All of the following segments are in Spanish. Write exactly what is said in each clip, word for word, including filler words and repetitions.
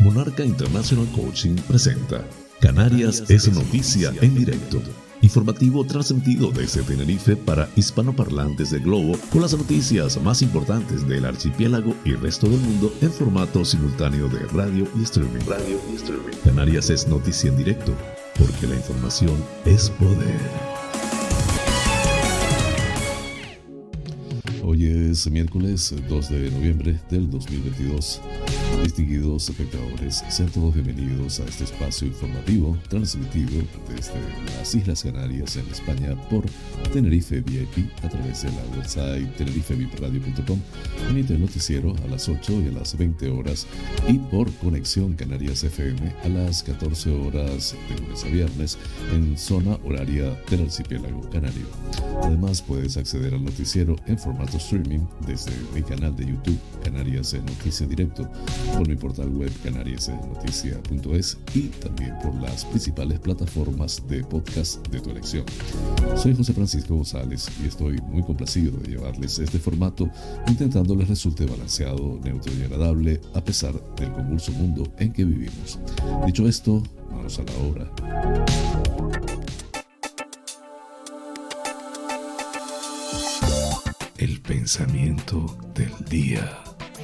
Monarca International Coaching presenta Canarias es noticia en directo. Informativo transmitido desde Tenerife para hispanoparlantes del globo con las noticias más importantes del archipiélago y resto del mundo en formato simultáneo de radio y streaming. Radio y streaming. Canarias es noticia en directo porque la información es poder. Hoy es miércoles dos de noviembre del dos mil veintidós. Distinguidos espectadores, sean todos bienvenidos a este espacio informativo transmitido desde las Islas Canarias en España por Tenerife V I P a través de la website tenerife vip radio punto com. Emite el noticiero a las ocho y a las veinte horas y por Conexión Canarias F M a las catorce horas de lunes a viernes en zona horaria del archipiélago canario. Además puedes acceder al noticiero en formato streaming desde mi canal de YouTube Canarias es Noticia en Directo, por mi portal web canarias es noticia punto es y también por las principales plataformas de podcast de tu elección. Soy José Francisco González y estoy muy complacido de llevarles este formato, intentando les resulte balanceado, neutro y agradable a pesar del convulso mundo en que vivimos. Dicho esto, vamos a la obra. El pensamiento del día.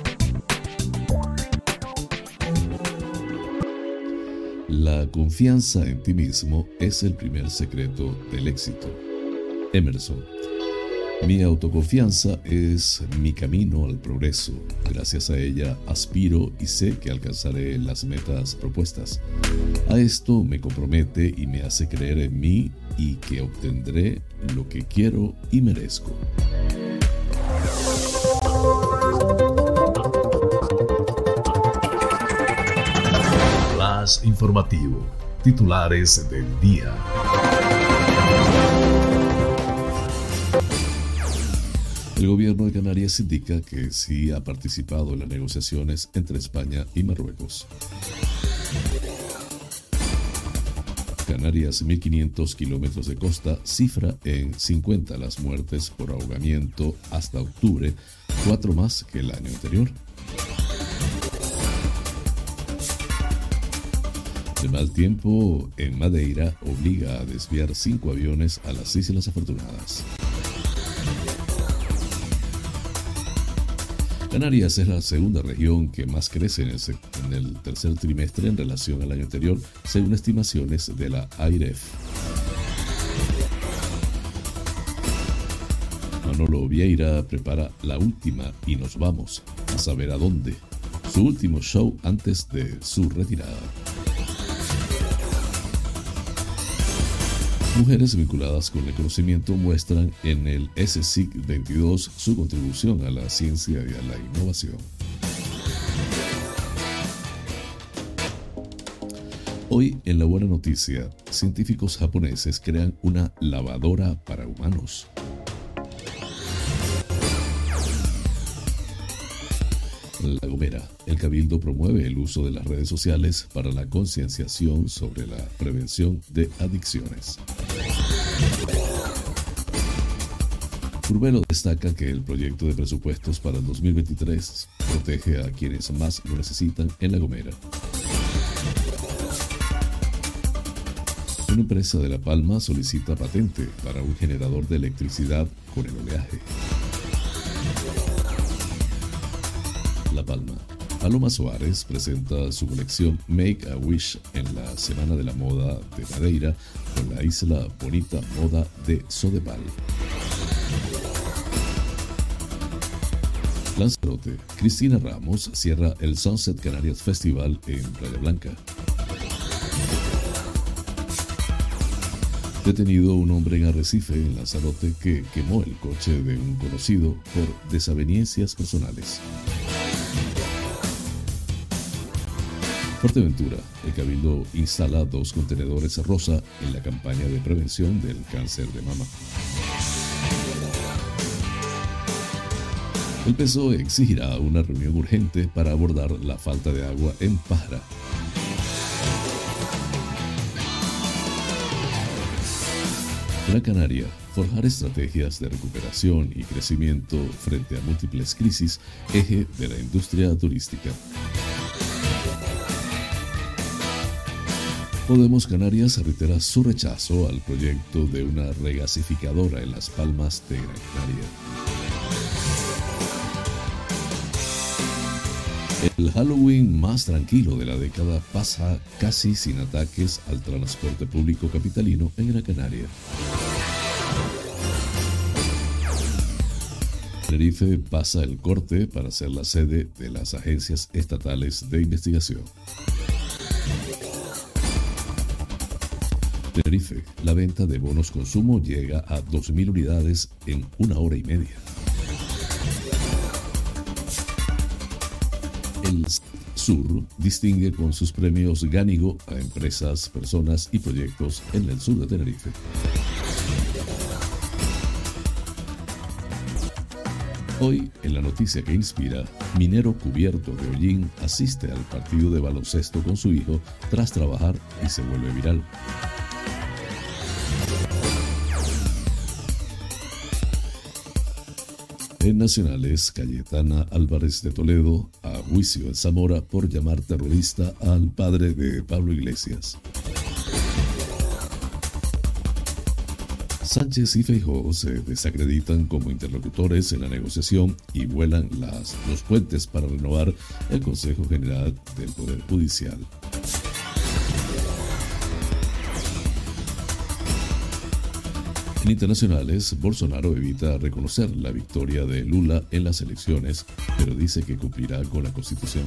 La confianza en ti mismo es el primer secreto del éxito. Emerson. Mi autoconfianza es mi camino al progreso. Gracias a ella aspiro y sé que alcanzaré las metas propuestas. A esto me compromete y me hace creer en mí y que obtendré lo que quiero y merezco. Flash informativo. Titulares del día. El gobierno de Canarias indica que sí ha participado en las negociaciones entre España y Marruecos. Canarias, mil quinientos kilómetros de costa, cifra en cincuenta las muertes por ahogamiento hasta octubre, cuatro más que el año anterior. El mal tiempo en Madeira obliga a desviar cinco aviones a las Islas Afortunadas. Canarias es la segunda región que más crece en el, en el tercer trimestre en relación al año anterior, según estimaciones de la AIREF. Manolo Vieira prepara la última y nos vamos a saber a dónde. Su último show antes de su retirada. Mujeres vinculadas con el conocimiento muestran en el S S I C veintidós su contribución a la ciencia y a la innovación. Hoy en La Buena Noticia, científicos japoneses crean una lavadora para humanos. La Gomera. El Cabildo promueve el uso de las redes sociales para la concienciación sobre la prevención de adicciones. Urbelo destaca que el proyecto de presupuestos para el dos mil veintitrés protege a quienes más lo necesitan en La Gomera. Una empresa de La Palma solicita patente para un generador de electricidad con el oleaje. La Palma. Paloma Suárez presenta su colección Make a Wish en la Semana de la Moda de Madeira con la isla bonita moda de Sodepal. Lanzarote. Cristina Ramos cierra el Sunset Canarias Festival en Playa Blanca. Detenido un hombre en Arrecife, en Lanzarote, que quemó el coche de un conocido por desavenencias personales. Fuerteventura. El Cabildo instala dos contenedores rosa en la campaña de prevención del cáncer de mama. El P S O E exigirá una reunión urgente para abordar la falta de agua en Pájara. Gran Canaria. Forjar estrategias de recuperación y crecimiento frente a múltiples crisis, eje de la industria turística. Podemos Canarias reitera su rechazo al proyecto de una regasificadora en Las Palmas de Gran Canaria. El Halloween más tranquilo de la década pasa casi sin ataques al transporte público capitalino en Gran Canaria. Tenerife pasa el corte para ser la sede de las agencias estatales de investigación. Tenerife, la venta de bonos consumo llega a dos mil unidades en una hora y media. El Sur distingue con sus premios Gánigo a empresas, personas y proyectos en el sur de Tenerife. Hoy, en la noticia que inspira, minero cubierto de hollín asiste al partido de baloncesto con su hijo tras trabajar y se vuelve viral. En nacionales, Cayetana Álvarez de Toledo a juicio en Zamora por llamar terrorista al padre de Pablo Iglesias. Sánchez y Feijóo se desacreditan como interlocutores en la negociación y vuelan las, los puentes para renovar el Consejo General del Poder Judicial. En internacionales, Bolsonaro evita reconocer la victoria de Lula en las elecciones, pero dice que cumplirá con la Constitución.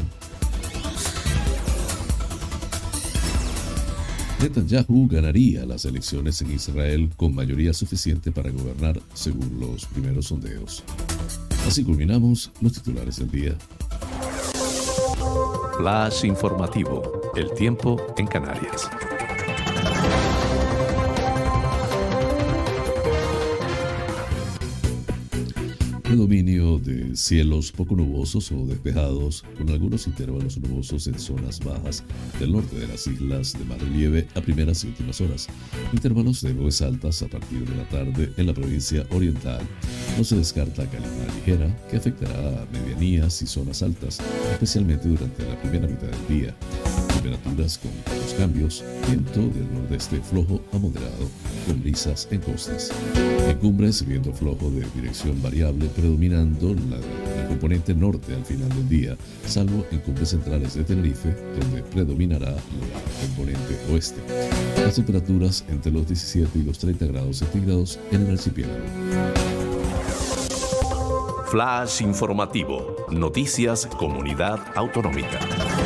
Netanyahu ganaría las elecciones en Israel con mayoría suficiente para gobernar, según los primeros sondeos. Así culminamos los titulares del día. Flash informativo. El tiempo en Canarias. Predominio de cielos poco nubosos o despejados, con algunos intervalos nubosos en zonas bajas del norte de las islas de más relieve a primeras y últimas horas. Intervalos de nubes altas a partir de la tarde en la provincia oriental. No se descarta calima ligera que afectará a medianías y zonas altas, especialmente durante la primera mitad del día. Temperaturas con pocos cambios, viento del nordeste flojo a moderado, con brisas en costas. En cumbres, viento flojo de dirección variable, predominando la, el componente norte al final del día, salvo en cumbres centrales de Tenerife, donde predominará la componente oeste. Las temperaturas entre los diecisiete y los treinta grados centígrados en el archipiélago. Flash informativo. Noticias Comunidad Autonómica.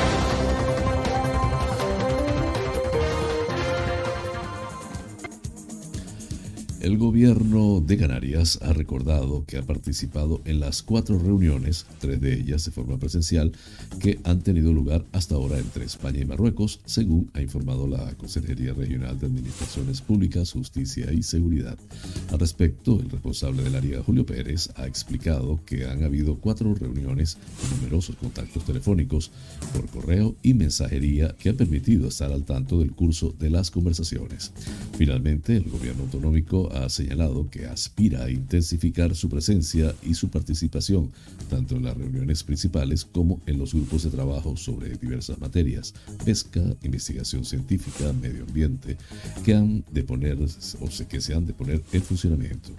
El gobierno de Canarias ha recordado que ha participado en las cuatro reuniones, tres de ellas de forma presencial, que han tenido lugar hasta ahora entre España y Marruecos, según ha informado la Consejería Regional de Administraciones Públicas, Justicia y Seguridad. Al respecto, el responsable del área, Julio Pérez, ha explicado que han habido cuatro reuniones con numerosos contactos telefónicos, por correo y mensajería que han permitido estar al tanto del curso de las conversaciones. Finalmente, el gobierno autonómico ha señalado que aspira a intensificar su presencia y su participación tanto en las reuniones principales como en los grupos de trabajo sobre diversas materias, pesca, investigación científica, medio ambiente, que han de poner o se, que se han de poner en funcionamiento.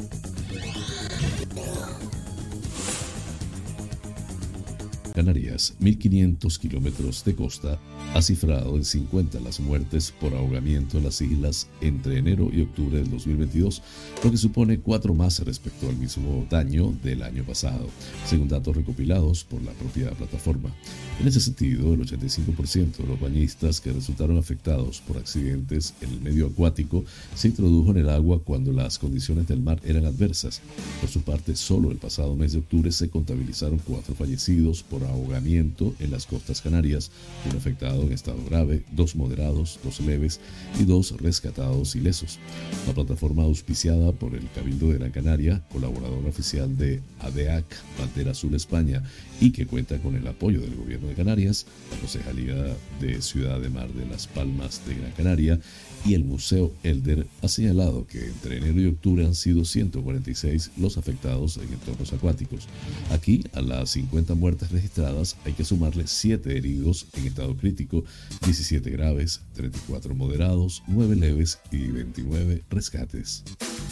Canarias, mil quinientos kilómetros de costa, ha cifrado en cincuenta las muertes por ahogamiento en las islas entre enero y octubre del dos mil veintidós, lo que supone cuatro más respecto al mismo daño del año pasado, según datos recopilados por la propia plataforma. En ese sentido, el ochenta y cinco por ciento de los bañistas que resultaron afectados por accidentes en el medio acuático se introdujo en el agua cuando las condiciones del mar eran adversas. Por su parte, solo el pasado mes de octubre se contabilizaron cuatro fallecidos por ahogamiento en las costas canarias, un afectado en estado grave, dos moderados, dos leves y dos rescatados ilesos. La plataforma auspiciada por el Cabildo de Gran Canaria, colaborador oficial de ADEAC, Bandera Azul España, y que cuenta con el apoyo del Gobierno de Canarias, la Concejalía de Ciudad de Mar de Las Palmas de Gran Canaria y el Museo Elder, ha señalado que entre enero y octubre han sido ciento cuarenta y seis los afectados en entornos acuáticos. Aquí, a las cincuenta muertes registradas, hay que sumarle siete heridos en estado crítico. cinco, diecisiete graves, treinta y cuatro moderados, nueve leves y veintinueve rescates.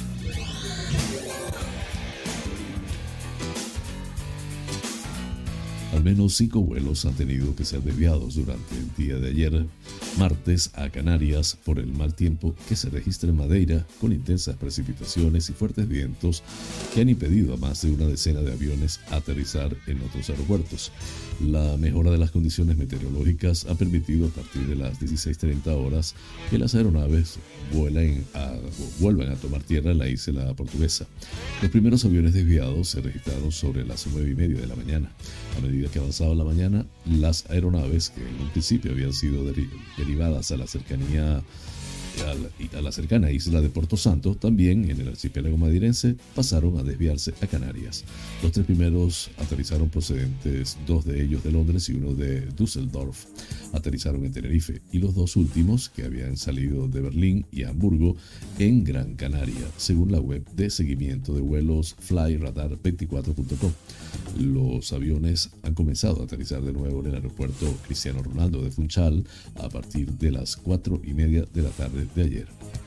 Al menos cinco vuelos han tenido que ser desviados durante el día de ayer, martes, a Canarias por el mal tiempo que se registra en Madeira, con intensas precipitaciones y fuertes vientos que han impedido a más de una decena de aviones aterrizar en otros aeropuertos. La mejora de las condiciones meteorológicas ha permitido a partir de las dieciséis treinta horas que las aeronaves vuelan a, vuelvan a tomar tierra en la isla portuguesa. Los primeros aviones desviados se registraron sobre las nueve y media de la mañana. A medida que avanzaba la mañana, las aeronaves que en un principio habían sido deri- derivadas a la cercanía a la cercana isla de Porto Santo, también en el archipiélago madeirense, pasaron a desviarse a Canarias. Los tres primeros aterrizaron procedentes, dos de ellos de Londres y uno de Düsseldorf, aterrizaron en Tenerife, y los dos últimos, que habían salido de Berlín y Hamburgo, en Gran Canaria, según la web de seguimiento de vuelos fly radar veinticuatro punto com. Los aviones han comenzado a aterrizar de nuevo en el aeropuerto Cristiano Ronaldo de Funchal a partir de las cuatro y media de la tarde de ayer.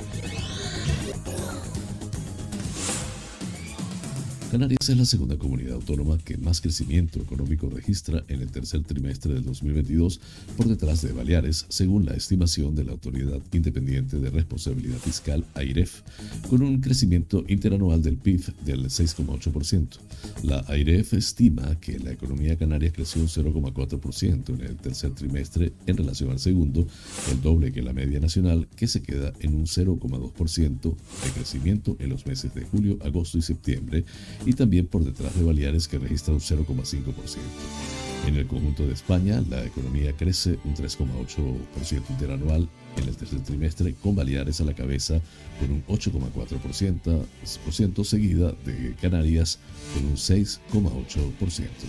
Canarias es la segunda comunidad autónoma que más crecimiento económico registra en el tercer trimestre del dos mil veintidós, por detrás de Baleares, según la estimación de la Autoridad Independiente de Responsabilidad Fiscal, AIREF, con un crecimiento interanual del P I B del seis coma ocho por ciento. La AIREF estima que la economía canaria creció un cero coma cuatro por ciento en el tercer trimestre en relación al segundo, el doble que la media nacional, que se queda en un cero coma dos por ciento de crecimiento en los meses de julio, agosto y septiembre, y también por detrás de Baleares, que registra un cero coma cinco por ciento. En el conjunto de España, la economía crece un tres coma ocho por ciento interanual en el tercer trimestre, con Baleares a la cabeza con un ocho coma cuatro por ciento, seguida de Canarias con un seis coma ocho por ciento.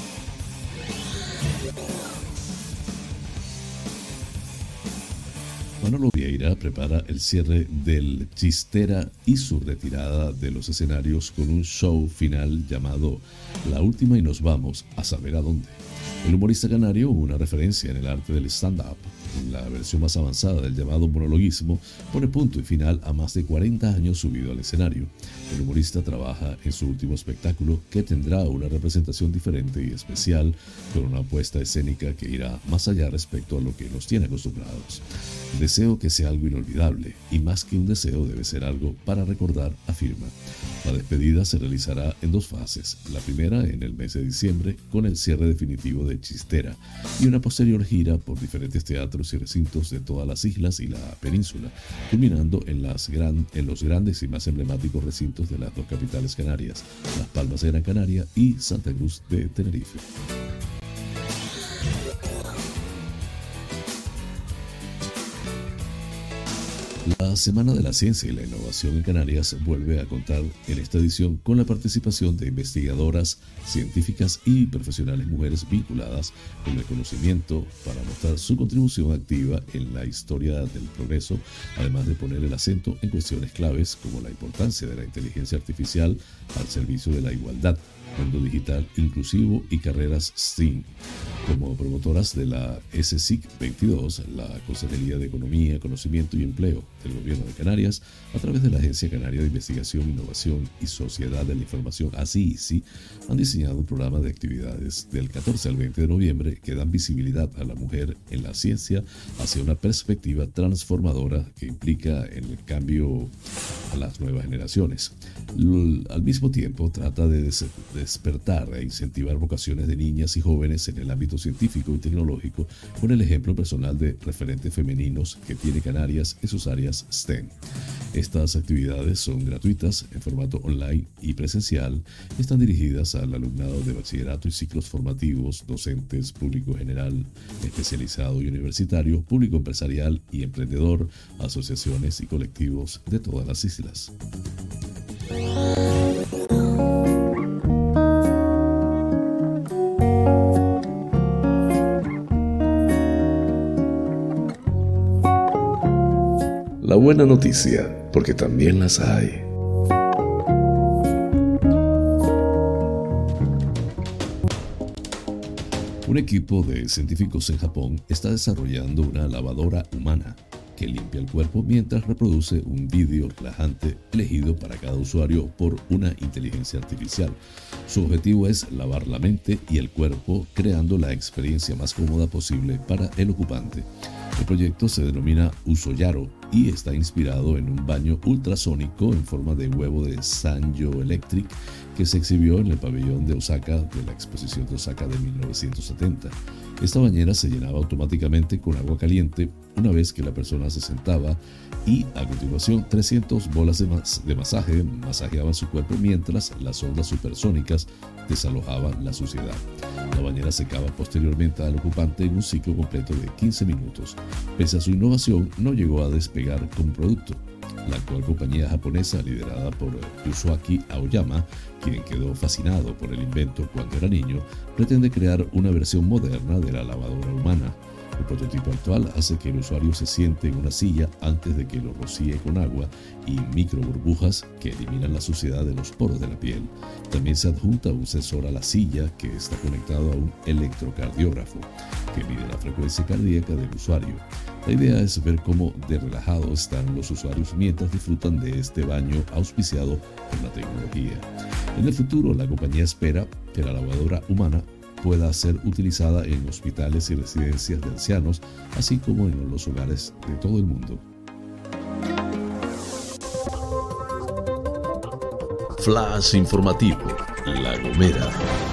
Manolo Vieira prepara el cierre del Chistera y su retirada de los escenarios con un show final llamado La Última y Nos Vamos a Saber a Dónde. El humorista canario, una referencia en el arte del stand-up, la versión más avanzada del llamado monologuismo, pone punto y final a más de cuarenta años subido al escenario. El humorista trabaja en su último espectáculo, que tendrá una representación diferente y especial, con una apuesta escénica que irá más allá respecto a lo que nos tiene acostumbrados. Deseo que sea algo inolvidable, y más que un deseo debe ser algo para recordar, afirma. La despedida se realizará en dos fases, la primera en el mes de diciembre con el cierre definitivo de Chistera y una posterior gira por diferentes teatros y recintos de todas las islas y la península, culminando en, las gran, en los grandes y más emblemáticos recintos de las dos capitales canarias, Las Palmas de Gran Canaria y Santa Cruz de Tenerife. La Semana de la Ciencia y la Innovación en Canarias vuelve a contar en esta edición con la participación de investigadoras, científicas y profesionales mujeres vinculadas con el conocimiento para mostrar su contribución activa en la historia del progreso, además de poner el acento en cuestiones claves como la importancia de la inteligencia artificial al servicio de la igualdad, mundo digital inclusivo y carreras S T E A M. Como promotoras de la S C I C veintidós, la Consejería de Economía, Conocimiento y Empleo del Gobierno de Canarias, a través de la Agencia Canaria de Investigación, Innovación y Sociedad de la Información, A C I I C I, han diseñado un programa de actividades del catorce al veinte de noviembre que dan visibilidad a la mujer en la ciencia hacia una perspectiva transformadora que implica el cambio a las nuevas generaciones. Al mismo tiempo, trata de des- despertar e incentivar vocaciones de niñas y jóvenes en el ámbito científico y tecnológico, con el ejemplo personal de referentes femeninos que tiene Canarias en sus áreas S T E M. Estas actividades son gratuitas en formato online y presencial, están dirigidas al alumnado de bachillerato y ciclos formativos, docentes, público general, especializado y universitario, público empresarial y emprendedor, asociaciones y colectivos de todas las islas. La buena noticia, porque también las hay. Un equipo de científicos en Japón está desarrollando una lavadora humana que limpia el cuerpo mientras reproduce un vídeo relajante elegido para cada usuario por una inteligencia artificial. Su objetivo es lavar la mente y el cuerpo, creando la experiencia más cómoda posible para el ocupante. El proyecto se denomina Usoyaro y está inspirado en un baño ultrasónico en forma de huevo de Sanyo Electric que se exhibió en el pabellón de Osaka de la exposición de Osaka de mil novecientos setenta. Esta bañera se llenaba automáticamente con agua caliente una vez que la persona se sentaba y a continuación trescientas bolas de, mas de masaje masajeaban su cuerpo mientras las ondas supersónicas desalojaban la suciedad. La bañera secaba posteriormente al ocupante en un ciclo completo de quince minutos. Pese a su innovación, no llegó a despegar como producto. La actual compañía japonesa, liderada por Yasuaki Aoyama, quien quedó fascinado por el invento cuando era niño, pretende crear una versión moderna de la lavadora humana. El prototipo actual hace que el usuario se siente en una silla antes de que lo rocíe con agua y micro burbujas que eliminan la suciedad de los poros de la piel. También se adjunta un sensor a la silla que está conectado a un electrocardiógrafo que mide la frecuencia cardíaca del usuario. La idea es ver cómo de relajado están los usuarios mientras disfrutan de este baño auspiciado por la tecnología. En el futuro, la compañía espera que la lavadora humana pueda ser utilizada en hospitales y residencias de ancianos, así como en los hogares de todo el mundo. Flash informativo, La Gomera.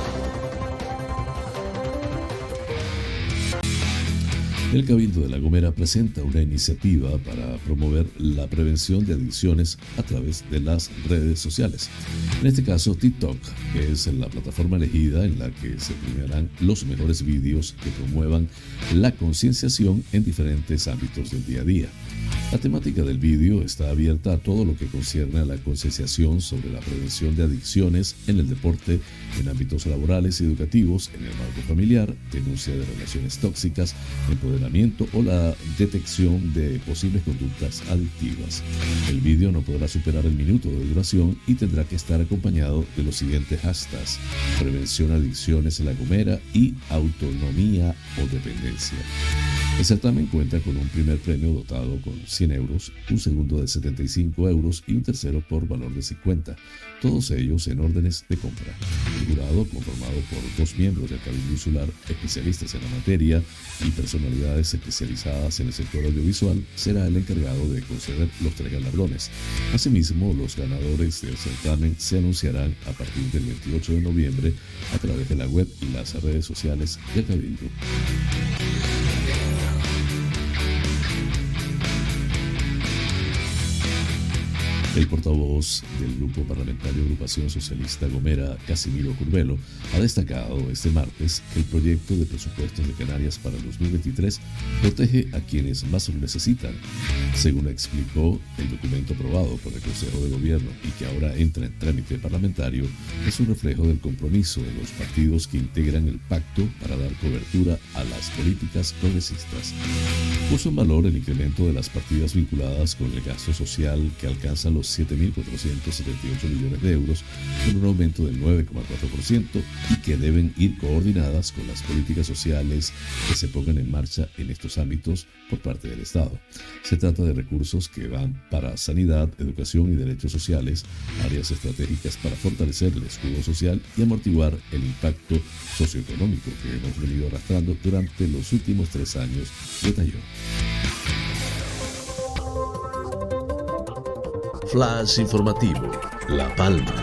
El Cabildo de La Gomera presenta una iniciativa para promover la prevención de adicciones a través de las redes sociales. En este caso, TikTok, que es la plataforma elegida en la que se premiarán los mejores vídeos que promuevan la concienciación en diferentes ámbitos del día a día. La temática del vídeo está abierta a todo lo que concierne a la concienciación sobre la prevención de adicciones en el deporte, en ámbitos laborales y educativos, en el marco familiar, denuncia de relaciones tóxicas, empoderamiento o la detección de posibles conductas adictivas. El vídeo no podrá superar el minuto de duración y tendrá que estar acompañado de los siguientes hashtags: prevención adicciones en La Gomera y autonomía o dependencia. El certamen cuenta con un primer premio dotado con cien euros, un segundo de setenta y cinco euros y un tercero por valor de cincuenta, todos ellos en órdenes de compra. El jurado, conformado por dos miembros del Cabildo Insular, especialistas en la materia y personalidades especializadas en el sector audiovisual, será el encargado de conceder los tres galardones. Asimismo, los ganadores del certamen se anunciarán a partir del veintiocho de noviembre a través de la web y las redes sociales del Cabildo. El portavoz del Grupo Parlamentario Agrupación Socialista Gomera, Casimiro Curvelo, ha destacado este martes que el proyecto de presupuestos de Canarias para el dos mil veintitrés protege a quienes más lo necesitan. Según explicó, el documento aprobado por el Consejo de Gobierno y que ahora entra en trámite parlamentario es un reflejo del compromiso de los partidos que integran el pacto para dar cobertura a las políticas progresistas. Puso en valor el incremento de las partidas vinculadas con el gasto social que alcanzan los siete mil cuatrocientos setenta y ocho millones de euros, con un aumento del nueve coma cuatro por ciento y que deben ir coordinadas con las políticas sociales que se pongan en marcha en estos ámbitos por parte del Estado. Se trata de recursos que van para sanidad, educación y derechos sociales, áreas estratégicas para fortalecer el escudo social y amortiguar el impacto socioeconómico que hemos venido arrastrando durante los últimos tres años, detalló. Flash informativo, La Palma.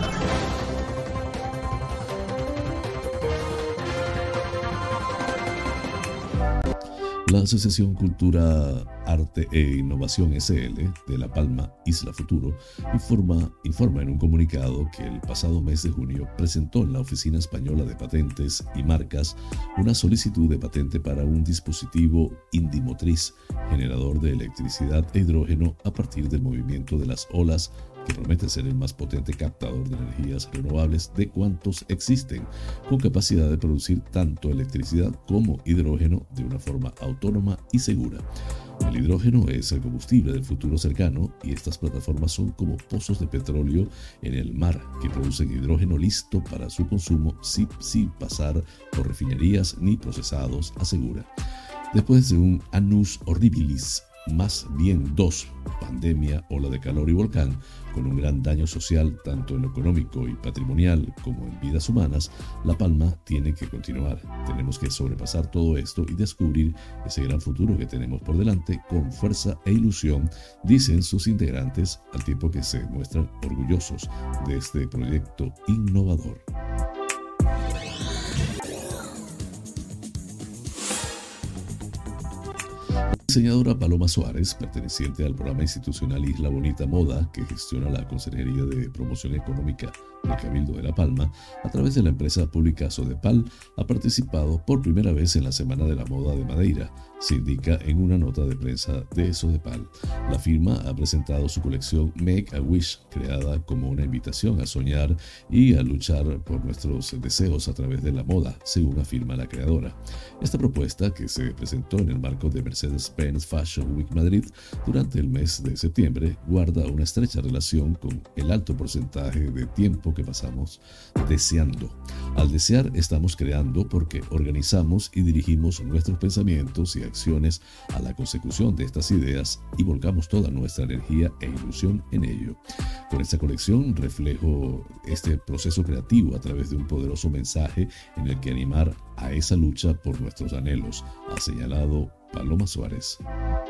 La Asociación Cultura, Arte e Innovación S L de La Palma, Isla Futuro, informa, informa en un comunicado que el pasado mes de junio presentó en la Oficina Española de Patentes y Marcas una solicitud de patente para un dispositivo indimotriz, generador de electricidad e hidrógeno a partir del movimiento de las olas que promete ser el más potente captador de energías renovables de cuantos existen, con capacidad de producir tanto electricidad como hidrógeno de una forma autónoma y segura. El hidrógeno es el combustible del futuro cercano y estas plataformas son como pozos de petróleo en el mar que producen hidrógeno listo para su consumo sin, sin pasar por refinerías ni procesados, asegura. Después de un annus horribilis, más bien dos, pandemia, ola de calor y volcán, con un gran daño social tanto en lo económico y patrimonial como en vidas humanas, La Palma tiene que continuar. Tenemos que sobrepasar todo esto y descubrir ese gran futuro que tenemos por delante con fuerza e ilusión, dicen sus integrantes, al tiempo que se muestran orgullosos de este proyecto innovador. La diseñadora Paloma Suárez, perteneciente al programa institucional Isla Bonita Moda, que gestiona la Consejería de Promoción Económica del Cabildo de La Palma, a través de la empresa pública Sodepal, ha participado por primera vez en la Semana de la Moda de Madeira, se indica en una nota de prensa de Sodepal. La firma ha presentado su colección Make a Wish, creada como una invitación a soñar y a luchar por nuestros deseos a través de la moda, según afirma la creadora. Esta propuesta, que se presentó en el marco de Mercedes-Benz Fashion Week Madrid durante el mes de septiembre, guarda una estrecha relación con el alto porcentaje de tiempo que pasamos deseando. Al desear estamos creando porque organizamos y dirigimos nuestros pensamientos y acciones a la consecución de estas ideas y volcamos toda nuestra energía e ilusión en ello. Con esta colección reflejo este proceso creativo a través de un poderoso mensaje en el que animar a esa lucha por nuestros anhelos, ha señalado Paloma Suárez.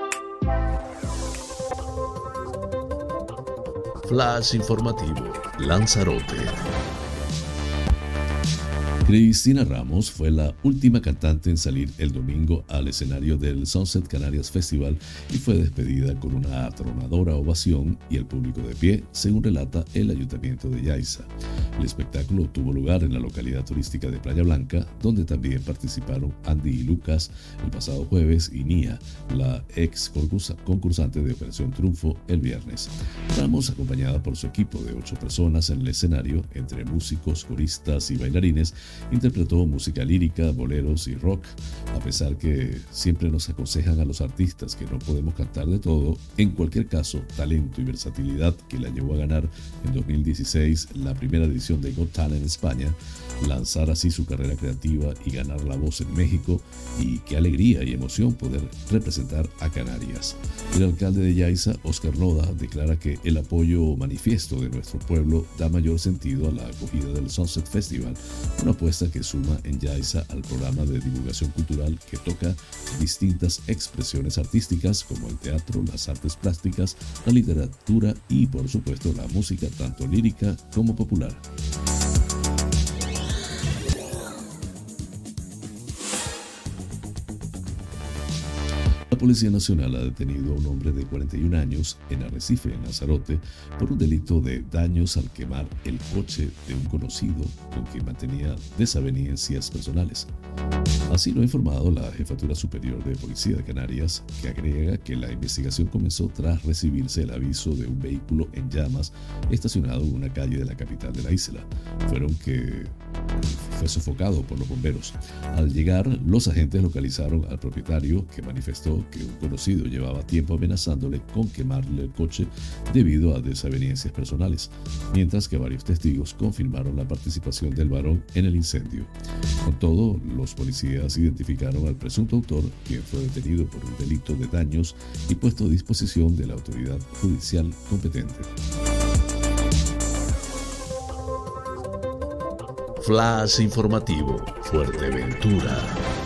Flash informativo, Lanzarote. Cristina Ramos fue la última cantante en salir el domingo al escenario del Sunset Canarias Festival y fue despedida con una atronadora ovación y el público de pie, según relata el Ayuntamiento de Yaiza. El espectáculo tuvo lugar en la localidad turística de Playa Blanca, donde también participaron Andy y Lucas el pasado jueves y Nia, la ex concursante de Operación Triunfo, el viernes. Ramos, acompañada por su equipo de ocho personas en el escenario, entre músicos, coristas y bailarines, interpretó música lírica, boleros y rock. A pesar que siempre nos aconsejan a los artistas que no podemos cantar de todo, en cualquier caso, talento y versatilidad que la llevó a ganar en dos mil dieciséis la primera edición de Got Talent en España, lanzar así su carrera creativa y ganar La Voz en México, y qué alegría y emoción poder representar a Canarias. El alcalde de Yaiza, Óscar Noda, declara que el apoyo manifiesto de nuestro pueblo da mayor sentido a la acogida del Sunset Festival, una apuesta que suma en Yaiza al programa de divulgación cultural que toca distintas expresiones artísticas como el teatro, las artes plásticas, la literatura y por supuesto la música tanto lírica como popular. La Policía Nacional ha detenido a un hombre de cuarenta y un años en Arrecife, en Lanzarote, por un delito de daños al quemar el coche de un conocido con quien mantenía desavenencias personales. Así lo ha informado la Jefatura Superior de Policía de Canarias, que agrega que la investigación comenzó tras recibirse el aviso de un vehículo en llamas estacionado en una calle de la capital de la isla. Fueron que fue sofocado por los bomberos. Al llegar, los agentes localizaron al propietario, que manifestó que un conocido llevaba tiempo amenazándole con quemarle el coche debido a desavenencias personales, mientras que varios testigos confirmaron la participación del varón en el incendio. Con todo, los policías identificaron al presunto autor, quien fue detenido por un delito de daños y puesto a disposición de la autoridad judicial competente. Flash informativo, Fuerteventura.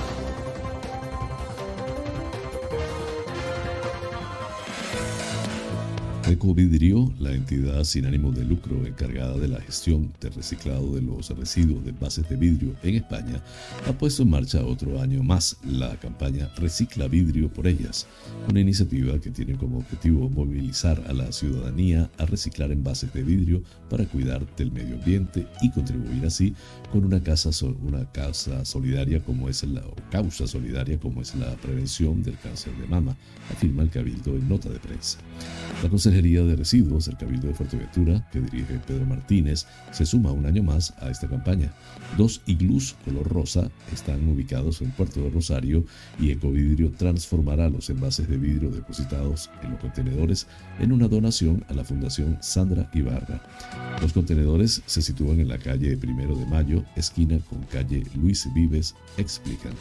Ecovidrio, la entidad sin ánimo de lucro encargada de la gestión del reciclado de los residuos de envases de vidrio en España, ha puesto en marcha otro año más la campaña Recicla Vidrio por Ellas, una iniciativa que tiene como objetivo movilizar a la ciudadanía a reciclar envases de vidrio para cuidar del medio ambiente y contribuir así con una, casa, una causa solidaria como es la o causa solidaria como es la prevención del cáncer de mama, afirma el Cabildo en nota de prensa. La Consejería Recogedería de Residuos del Cabildo de Fuerteventura, que dirige Pedro Martínez, se suma un año más a esta campaña. Dos iglús color rosa están ubicados en Puerto de Rosario y Ecovidrio transformará los envases de vidrio depositados en los contenedores en una donación a la Fundación Sandra Ibarra. Los contenedores se sitúan en la calle Primero de Mayo, esquina con calle Luis Vives, explican.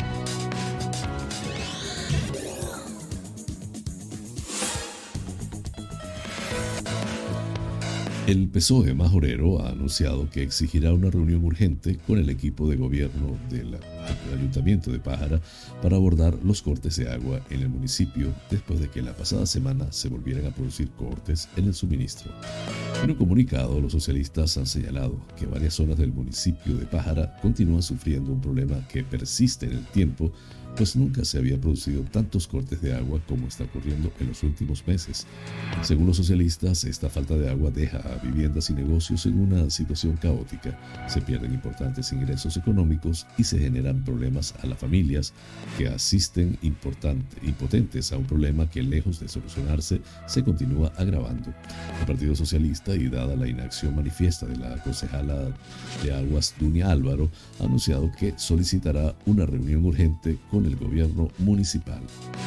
El P S O E majorero ha anunciado que exigirá una reunión urgente con el equipo de gobierno del Ayuntamiento de Pájara para abordar los cortes de agua en el municipio después de que la pasada semana se volvieran a producir cortes en el suministro. En un comunicado, los socialistas han señalado que varias zonas del municipio de Pájara continúan sufriendo un problema que persiste en el tiempo, pues nunca se había producido tantos cortes de agua como está ocurriendo en los últimos meses. Según los socialistas, esta falta de agua deja a viviendas y negocios en una situación caótica. Se pierden importantes ingresos económicos y se generan problemas a las familias que asisten impotentes a un problema que, lejos de solucionarse, se continúa agravando. El Partido Socialista, y dada la inacción manifiesta de la concejala de Aguas, Dunia Álvaro, ha anunciado que solicitará una reunión urgente con el gobierno municipal.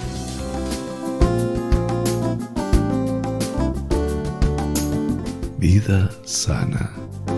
Vida sana.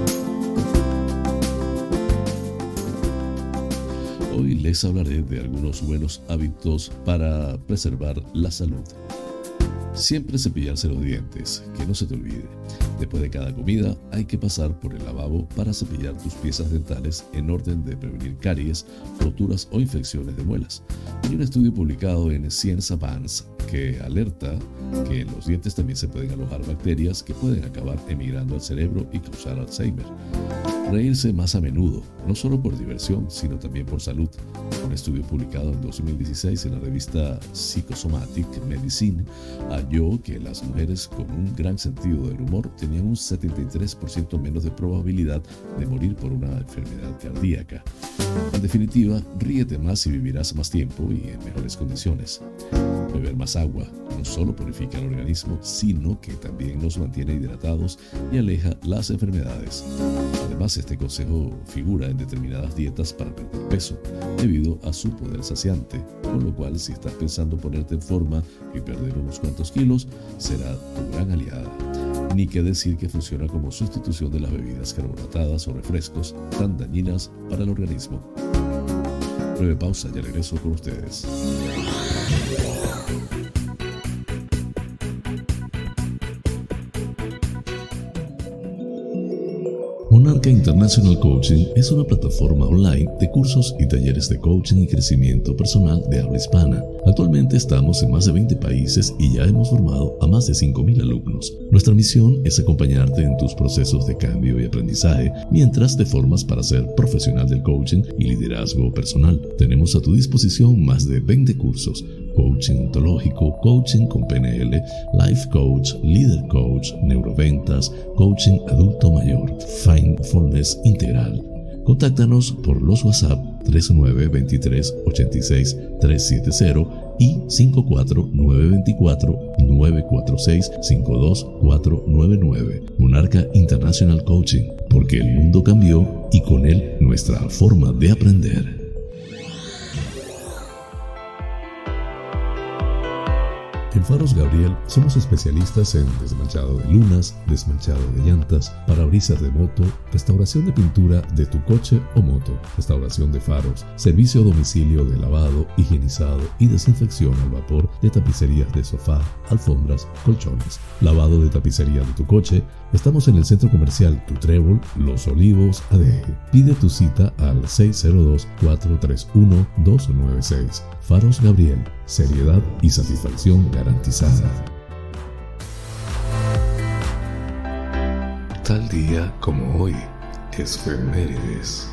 Hoy les hablaré de algunos buenos hábitos para preservar la salud. Siempre cepillarse los dientes, que no se te olvide. Después de cada comida hay que pasar por el lavabo para cepillar tus piezas dentales en orden de prevenir caries, roturas o infecciones de muelas. Hay un estudio publicado en Science Advance que alerta que en los dientes también se pueden alojar bacterias que pueden acabar emigrando al cerebro y causar Alzheimer. Reírse más a menudo, no solo por diversión, sino también por salud. Un estudio publicado en dos mil dieciséis en la revista Psychosomatic Medicine halló que las mujeres con un gran sentido del humor tenían un setenta y tres por ciento menos de probabilidad de morir por una enfermedad cardíaca. En definitiva, ríete más y vivirás más tiempo y en mejores condiciones. Beber más agua no solo purifica el organismo, sino que también nos mantiene hidratados y aleja las enfermedades. Además, este consejo figura en determinadas dietas para perder peso, debido a su poder saciante, con lo cual, si estás pensando ponerte en forma y perder unos cuantos kilos, será tu gran aliada. Ni que decir que funciona como sustitución de las bebidas carbonatadas o refrescos tan dañinas para el organismo. Breve pausa, ya regreso con ustedes. Monarca International Coaching es una plataforma online de cursos y talleres de coaching y crecimiento personal de habla hispana. Actualmente estamos en más de veinte países y ya hemos formado a más de cinco mil alumnos. Nuestra misión es acompañarte en tus procesos de cambio y aprendizaje mientras te formas para ser profesional del coaching y liderazgo personal. Tenemos a tu disposición más de veinte cursos: coaching ontológico, coaching con P N L, life coach, leader coach, neuroventas, coaching adulto mayor, mindfulness integral. Contáctanos por los WhatsApp tres nueve dos tres ocho seis tres siete cero y cinco cuatro nueve dos cuatro nueve cuatro seis cinco dos cuatro nueve nueve. Monarca International Coaching, porque el mundo cambió y con él nuestra forma de aprender. En Faros Gabriel somos especialistas en desmanchado de lunas, desmanchado de llantas, parabrisas de moto, restauración de pintura de tu coche o moto, restauración de faros, servicio a domicilio de lavado, higienizado y desinfección al vapor de tapicerías de sofá, alfombras, colchones, lavado de tapicería de tu coche. Estamos en el Centro Comercial Tu Trébol, Los Olivos, A D G. Pide tu cita al seis cero dos cuatro tres uno dos nueve seis. Faros Gabriel, seriedad y satisfacción garantizada. Tal día como hoy, efemérides.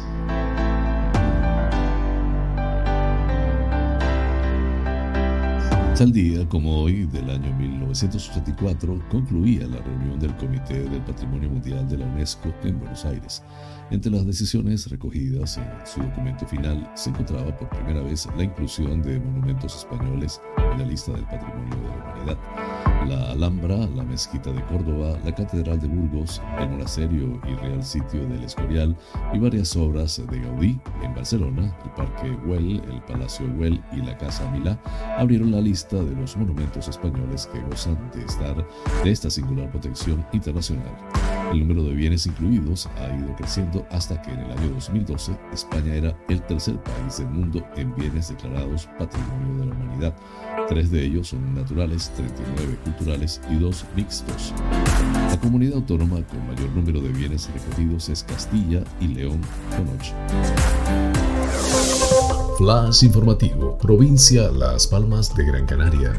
Tal día como hoy del año mil novecientos ochenta y cuatro concluía la reunión del Comité del Patrimonio Mundial de la UNESCO en Buenos Aires. Entre las decisiones recogidas en su documento final se encontraba por primera vez la inclusión de monumentos españoles en la lista del Patrimonio de la Humanidad. La Alhambra, la Mezquita de Córdoba, la Catedral de Burgos, el Monasterio y Real Sitio del Escorial y varias obras de Gaudí en Barcelona, el Parque Güell, el Palacio Güell y la Casa Milá abrieron la lista de los monumentos españoles que gozan de estar de esta singular protección internacional. El número de bienes incluidos ha ido creciendo hasta que en el año dos mil doce España era el tercer país del mundo en bienes declarados Patrimonio de la Humanidad. Tres de ellos son naturales, treinta y nueve culturales y dos mixtos. La comunidad autónoma con mayor número de bienes recogidos es Castilla y León con ocho. Flash informativo, provincia Las Palmas de Gran Canaria.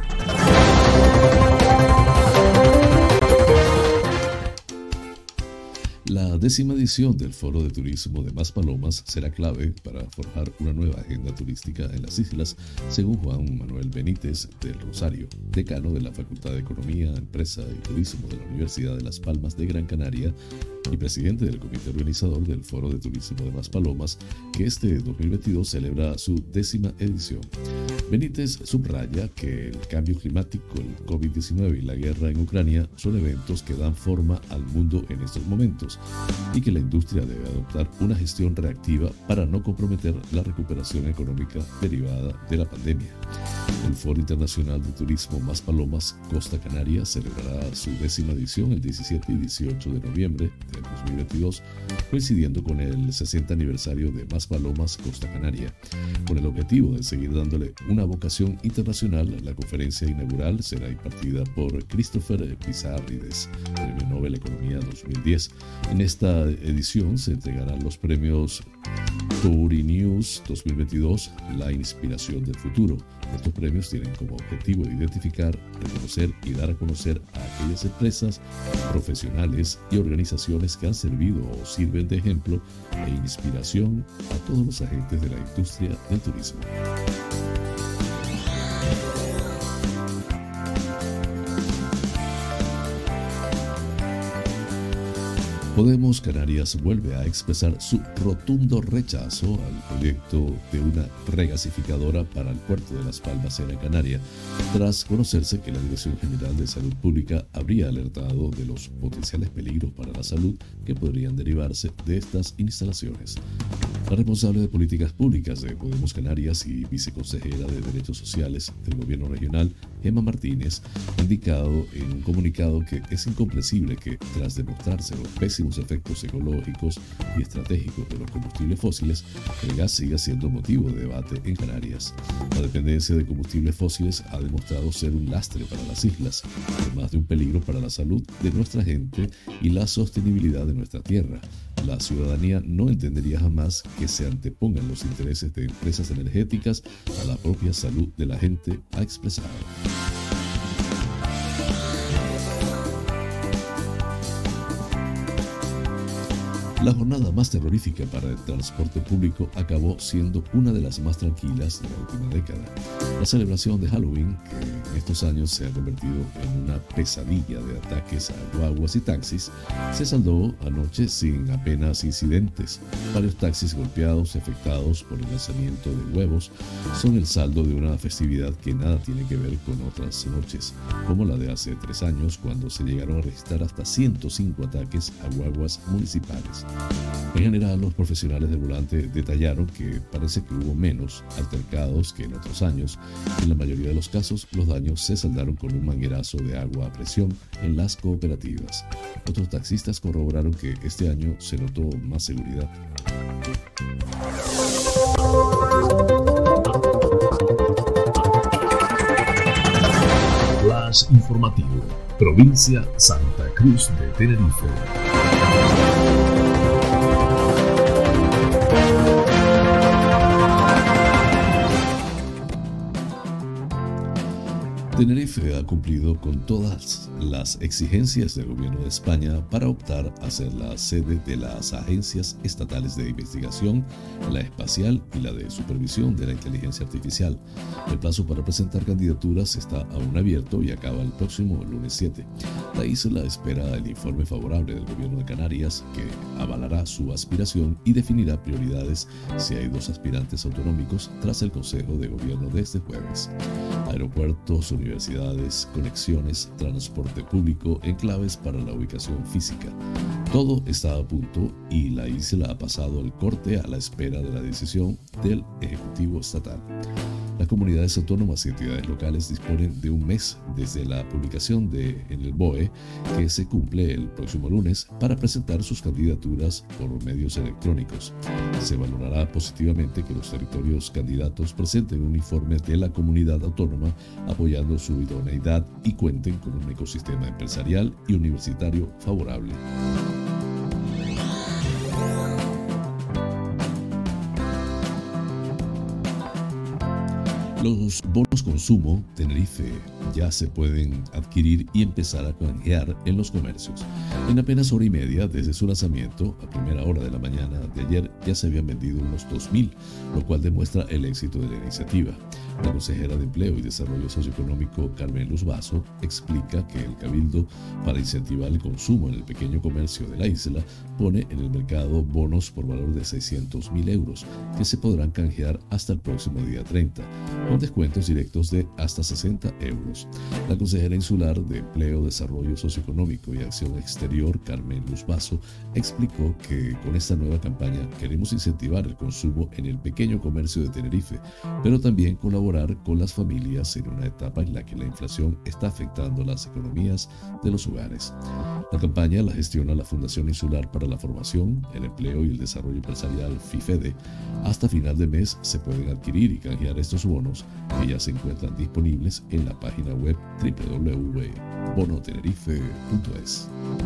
La décima edición del Foro de Turismo de Maspalomas será clave para forjar una nueva agenda turística en las islas, según Juan Manuel Benítez del Rosario, decano de la Facultad de Economía, Empresa y Turismo de la Universidad de Las Palmas de Gran Canaria y presidente del comité organizador del Foro de Turismo de Maspalomas, que este dos mil veintidós celebra su décima edición. Benítez subraya que el cambio climático, el COVID diecinueve y la guerra en Ucrania son eventos que dan forma al mundo en estos momentos y que la industria debe adoptar una gestión reactiva para no comprometer la recuperación económica derivada de la pandemia. El Foro Internacional de Turismo Maspalomas Costa Canaria celebrará su décima edición el diecisiete y dieciocho de noviembre del dos mil veintidós, coincidiendo con el sesenta aniversario de Maspalomas Costa Canaria. Con el objetivo de seguir dándole una vocación internacional, la conferencia inaugural será impartida por Christopher Pizarrides, Premio Nobel Economía dos mil diez. En esta edición se entregarán los premios Tourinews dos mil veintidós, La Inspiración del Futuro. Estos premios tienen como objetivo identificar, reconocer y dar a conocer a aquellas empresas, profesionales y organizaciones que han servido o sirven de ejemplo e inspiración a todos los agentes de la industria del turismo. Podemos Canarias vuelve a expresar su rotundo rechazo al proyecto de una regasificadora para el puerto de Las Palmas en Gran Canaria, tras conocerse que la Dirección General de Salud Pública habría alertado de los potenciales peligros para la salud que podrían derivarse de estas instalaciones. La responsable de Políticas Públicas de Podemos Canarias y viceconsejera de Derechos Sociales del Gobierno Regional, Gemma Martínez, ha indicado en un comunicado que es incomprensible que, tras demostrarse los pésimos efectos ecológicos y estratégicos de los combustibles fósiles, el gas siga siendo motivo de debate en Canarias. La dependencia de combustibles fósiles ha demostrado ser un lastre para las islas, además de un peligro para la salud de nuestra gente y la sostenibilidad de nuestra tierra. La ciudadanía no entendería jamás que se antepongan los intereses de empresas energéticas a la propia salud de la gente, ha expresado. La jornada más terrorífica para el transporte público acabó siendo una de las más tranquilas de la última década. La celebración de Halloween, que en estos años se ha convertido en una pesadilla de ataques a guaguas y taxis, se saldó anoche sin apenas incidentes. Varios taxis golpeados y afectados por el lanzamiento de huevos son el saldo de una festividad que nada tiene que ver con otras noches, como la de hace tres años, cuando se llegaron a registrar hasta ciento cinco ataques a guaguas municipales. En general, los profesionales del volante detallaron que parece que hubo menos altercados que en otros años. En la mayoría de los casos, los daños se saldaron con un manguerazo de agua a presión en las cooperativas. Otros taxistas corroboraron que este año se notó más seguridad. Flash informativo, provincia Santa Cruz de Tenerife. Tenerife ha cumplido con todas las exigencias del gobierno de España para optar a ser la sede de las agencias estatales de investigación, la espacial y la de supervisión de la inteligencia artificial. El plazo para presentar candidaturas está aún abierto y acaba el próximo lunes siete. La isla espera el informe favorable del gobierno de Canarias, que avalará su aspiración y definirá prioridades si hay dos aspirantes autonómicos tras el Consejo de Gobierno de este jueves. Aeropuertos, universidades, conexiones, transporte público, enclaves para la ubicación física. Todo está a punto y la isla ha pasado el corte a la espera de la decisión del Ejecutivo Estatal. Las comunidades autónomas y entidades locales disponen de un mes desde la publicación de, en el B O E, que se cumple el próximo lunes, para presentar sus candidaturas por medios electrónicos. Se valorará positivamente que los territorios candidatos presenten un informe de la comunidad autónoma apoyando su idoneidad y cuenten con un ecosistema empresarial y universitario favorable. Los bonos consumo Tenerife ya se pueden adquirir y empezar a canjear en los comercios. En apenas hora y media desde su lanzamiento, a primera hora de la mañana de ayer, ya se habían vendido unos dos mil, lo cual demuestra el éxito de la iniciativa. La consejera de Empleo y Desarrollo Socioeconómico, Carmen Luz Basso, explica que el Cabildo, para incentivar el consumo en el pequeño comercio de la isla, pone en el mercado bonos por valor de seiscientos mil euros, que se podrán canjear hasta el próximo día treinta, con descuentos directos de hasta sesenta euros. La consejera insular de Empleo, Desarrollo Socioeconómico y Acción Exterior, Carmen Luz Basso, explicó que con esta nueva campaña queremos incentivar el consumo en el pequeño comercio de Tenerife, pero también colaborar con las familias en una etapa en la que la inflación está afectando las economías de los hogares. La campaña la gestiona la Fundación Insular para la Formación, el Empleo y el Desarrollo Empresarial, FIFEDE. Hasta final de mes se pueden adquirir y canjear estos bonos, que ya se encuentran disponibles en la página web doble u doble u doble u punto bono tenerife punto es.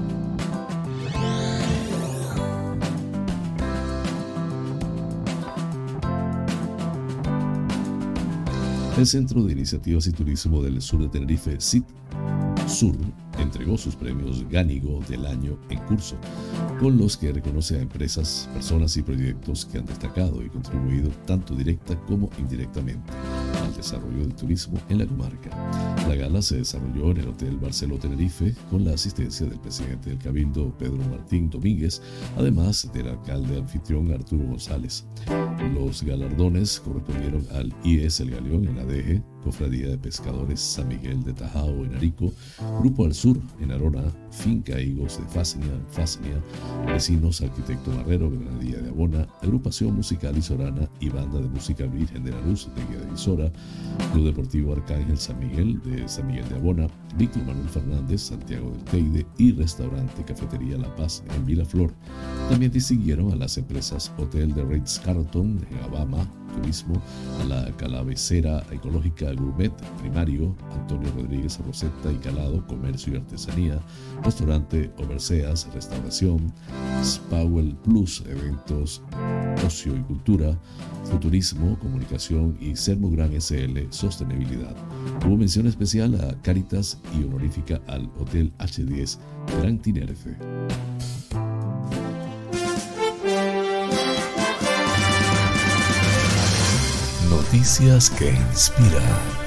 El Centro de Iniciativas y Turismo del Sur de Tenerife, C I T Sur, entregó sus premios Gánigo del año en curso, con los que reconoce a empresas, personas y proyectos que han destacado y contribuido tanto directa como indirectamente al desarrollo del turismo en la comarca. La gala se desarrolló en el Hotel Barceló Tenerife con la asistencia del presidente del Cabildo, Pedro Martín Domínguez, además del alcalde anfitrión Arturo González. Los galardones correspondieron al I E S El Galeón en Adeje, Cofradía de Pescadores San Miguel de Tajao en Arico, Grupo Al Sur en Arona, Finca Higos de Fasnia en Fasnia, Vecinos Arquitecto Marrero Granadilla de Abona, Agrupación Musical Isorana y Banda de Música Virgen de la Luz de Guía de Isora, Club Deportivo Arcángel San Miguel de San Miguel de Abona, Víctor Manuel Fernández Santiago del Teide y Restaurante Cafetería La Paz en Vilaflor. También distinguieron a las empresas Hotel de Ritz Carlton en Abama, Turismo, a la Calavecera Ecológica Gourmet Primario, Antonio Rodríguez Rosetta y Calado, Comercio y Artesanía, Restaurante Overseas, Restauración, Spawell Plus, Eventos, Ocio y Cultura, Futurismo, Comunicación y Sermogran S L, Sostenibilidad. Hubo mención especial a Cáritas y honorífica al Hotel H diez Gran Tenerife. Noticias que inspiran.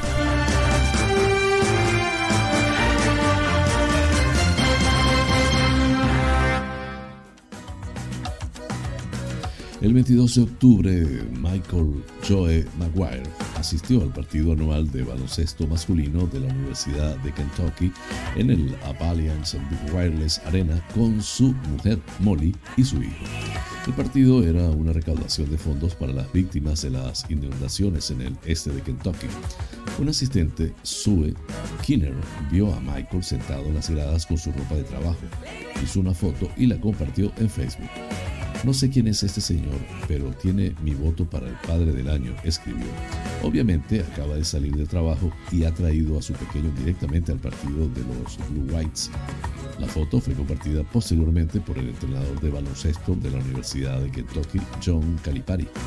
El veintidós de octubre, Michael Joe Maguire asistió al partido anual de baloncesto masculino de la Universidad de Kentucky en el Alliance Wireless Arena con su mujer Molly y su hijo. El partido era una recaudación de fondos para las víctimas de las inundaciones en el este de Kentucky. Un asistente, Sue Kinner, vio a Michael sentado en las gradas con su ropa de trabajo, hizo una foto y la compartió en Facebook. No sé quién es este señor, pero tiene mi voto para el padre del año, escribió. Obviamente acaba de salir de trabajo y ha traído a su pequeño directamente al partido de los Blue Whites. La foto fue compartida posteriormente por el entrenador de baloncesto de la Universidad de Kentucky, John Calipari.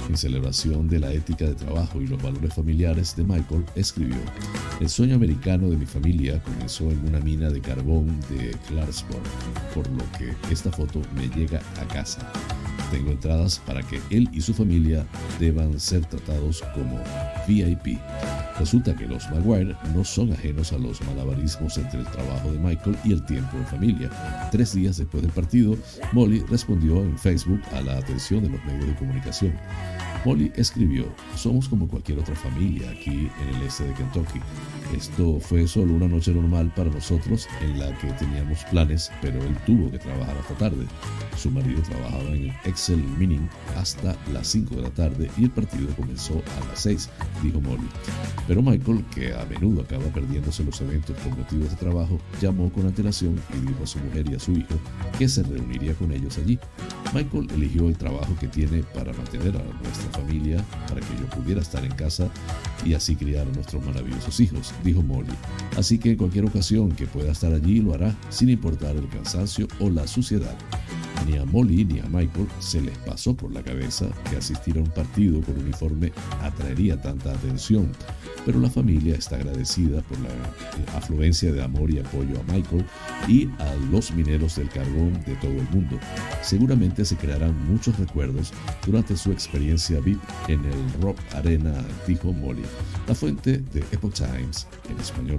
En celebración de la ética de trabajo y los valores familiares de Michael, escribió: "El sueño americano de mi familia comenzó en una mina de carbón de Clarksburg, por lo que esta foto me llega a casa. Tengo entradas para que él y su familia deban ser tratados como V I P". Resulta que los Maguire no son ajenos a los malabarismos entre el trabajo de Michael y el tiempo en familia. Tres días después del partido, Molly respondió en Facebook a la atención de los medios de comunicación. Molly escribió: "Somos como cualquier otra familia aquí en el este de Kentucky. Esto fue solo una noche normal para nosotros en la que teníamos planes, pero él tuvo que trabajar hasta tarde. Su marido trabajaba en el Excel Mining hasta las cinco de la tarde y el partido comenzó a las seis, dijo Molly. Pero Michael, que a menudo acaba perdiéndose los eventos por motivos de trabajo, llamó con antelación y dijo a su mujer y a su hijo que se reuniría con ellos allí. Michael eligió el trabajo que tiene para mantener a nuestra familia, para que yo pudiera estar en casa y así criar a nuestros maravillosos hijos, dijo Molly. Así que en cualquier ocasión que pueda estar allí lo hará, sin importar el cansancio o la suciedad. Ni a Molly ni a Michael se les pasó por la cabeza que asistir a un partido con uniforme atraería tanta atención, pero la familia está agradecida por la afluencia de amor y apoyo a Michael y a los mineros del carbón de todo el mundo. Seguramente se crearán muchos recuerdos durante su experiencia V I P en el Rock Arena, dijo Molly. La fuente de Epoch Times en español.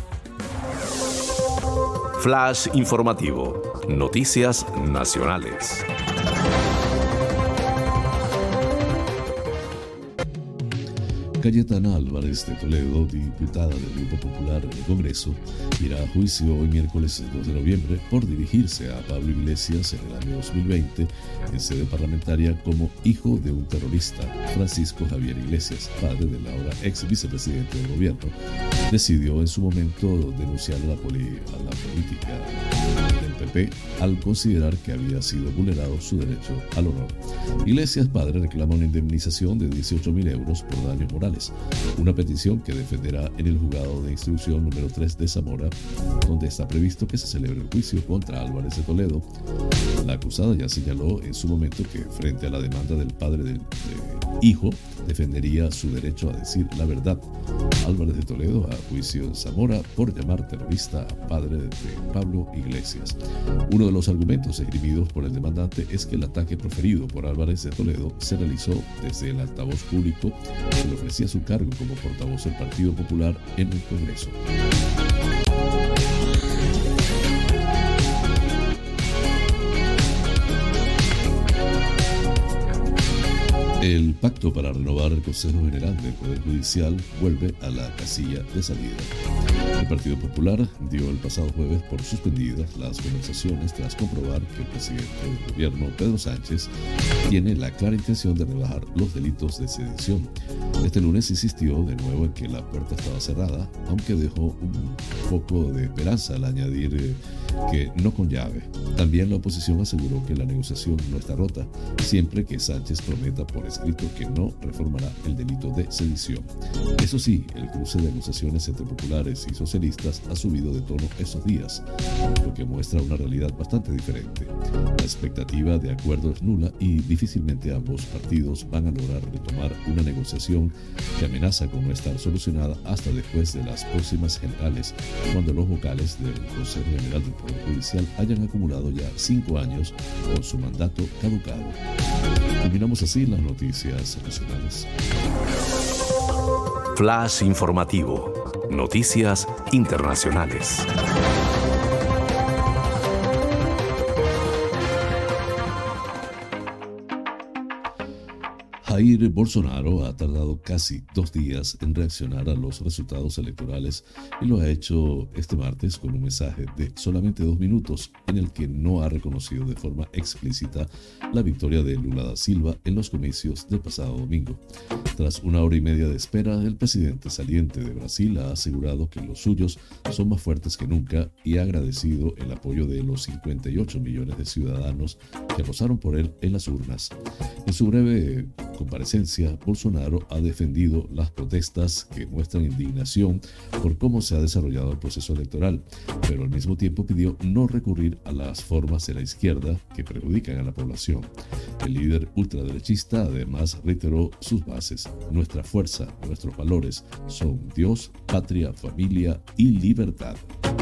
Flash informativo. Noticias nacionales. Cayetana Álvarez de Toledo, diputada del Grupo Popular en el Congreso, irá a juicio hoy miércoles dos de noviembre por dirigirse a Pablo Iglesias en el año dos mil veinte en sede parlamentaria como hijo de un terrorista. Francisco Javier Iglesias, padre del ahora ex vicepresidente del gobierno, decidió en su momento denunciar a la, poli- a la política del P P al considerar que había sido vulnerado su derecho al honor. Iglesias, padre, reclama una indemnización de dieciocho mil euros por daños morales, una petición que defenderá en el juzgado de instrucción número tres de Zamora, donde está previsto que se celebre el juicio contra Álvarez de Toledo. La acusada ya señaló en su momento que, frente a la demanda del padre del de hijo, defendería su derecho a decir la verdad. Álvarez de Toledo a juicio en Zamora por llamar terrorista a padre de Pablo Iglesias. Uno de los argumentos esgrimidos por el demandante es que el ataque proferido por Álvarez de Toledo se realizó desde el altavoz público que le ofrecía su cargo como portavoz del Partido Popular en el Congreso. El pacto para renovar el Consejo General del Poder Judicial vuelve a la casilla de salida. El Partido Popular dio el pasado jueves por suspendidas las conversaciones tras comprobar que el presidente del gobierno, Pedro Sánchez, tiene la clara intención de rebajar los delitos de sedición. Este lunes insistió de nuevo en que la puerta estaba cerrada, aunque dejó un poco de esperanza al añadir eh, que no con llave. También la oposición aseguró que la negociación no está rota, siempre que Sánchez prometa por escrito que no reformará el delito de sedición. Eso sí, el cruce de acusaciones entre populares y socialistas ha subido de tono estos días, lo que muestra una realidad bastante diferente. La expectativa de acuerdo es nula y difícilmente ambos partidos van a lograr retomar una negociación que amenaza con no estar solucionada hasta después de las próximas generales, cuando los vocales del Consejo General del Poder Judicial hayan acumulado ya cinco años con su mandato caducado. Terminamos así las noticias nacionales. Flash informativo. Noticias internacionales. Jair Bolsonaro ha tardado casi dos días en reaccionar a los resultados electorales y lo ha hecho este martes con un mensaje de solamente dos minutos en el que no ha reconocido de forma explícita la victoria de Lula da Silva en los comicios del pasado domingo. Tras una hora y media de espera, el presidente saliente de Brasil ha asegurado que los suyos son más fuertes que nunca y ha agradecido el apoyo de los cincuenta y ocho millones de ciudadanos que votaron por él en las urnas. En su breve comparecencia, Bolsonaro ha defendido las protestas que muestran indignación por cómo se ha desarrollado el proceso electoral, pero al mismo tiempo pidió no recurrir a las formas de la izquierda que perjudican a la población. El líder ultraderechista además reiteró sus bases: nuestra fuerza, nuestros valores son Dios, patria, familia y libertad.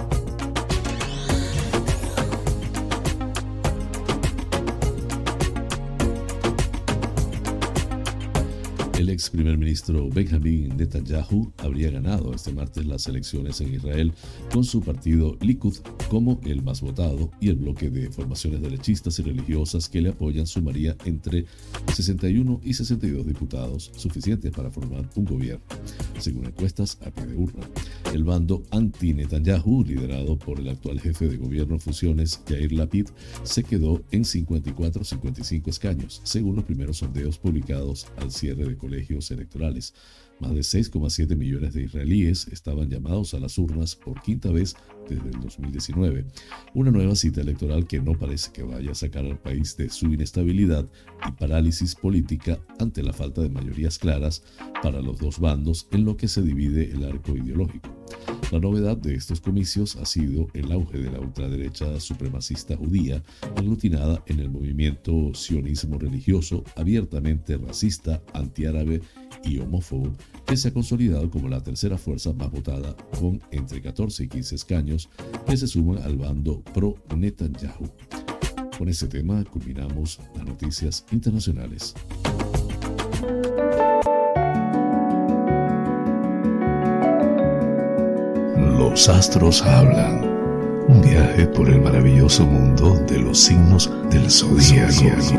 El ex primer ministro Benjamin Netanyahu habría ganado este martes las elecciones en Israel con su partido Likud como el más votado, y el bloque de formaciones derechistas y religiosas que le apoyan sumaría entre sesenta y uno y sesenta y dos diputados, suficientes para formar un gobierno, según encuestas a pie de urna. El bando anti-Netanyahu, liderado por el actual jefe de gobierno en funciones, Yair Lapid, se quedó en cincuenta y cuatro a cincuenta y cinco escaños, según los primeros sondeos publicados al cierre de colegios electorales. Más de seis coma siete millones de israelíes estaban llamados a las urnas por quinta vez desde el dos mil diecinueve, una nueva cita electoral que no parece que vaya a sacar al país de su inestabilidad y parálisis política ante la falta de mayorías claras para los dos bandos en lo que se divide el arco ideológico. La novedad de estos comicios ha sido el auge de la ultraderecha supremacista judía, aglutinada en el movimiento sionismo religioso, abiertamente racista, antiárabe y homófobo, que se ha consolidado como la tercera fuerza más votada, con entre catorce y quince escaños que se suman al bando pro-Netanyahu. Con este tema culminamos las noticias internacionales. Los astros hablan. Un viaje por el maravilloso mundo de los signos del zodíaco.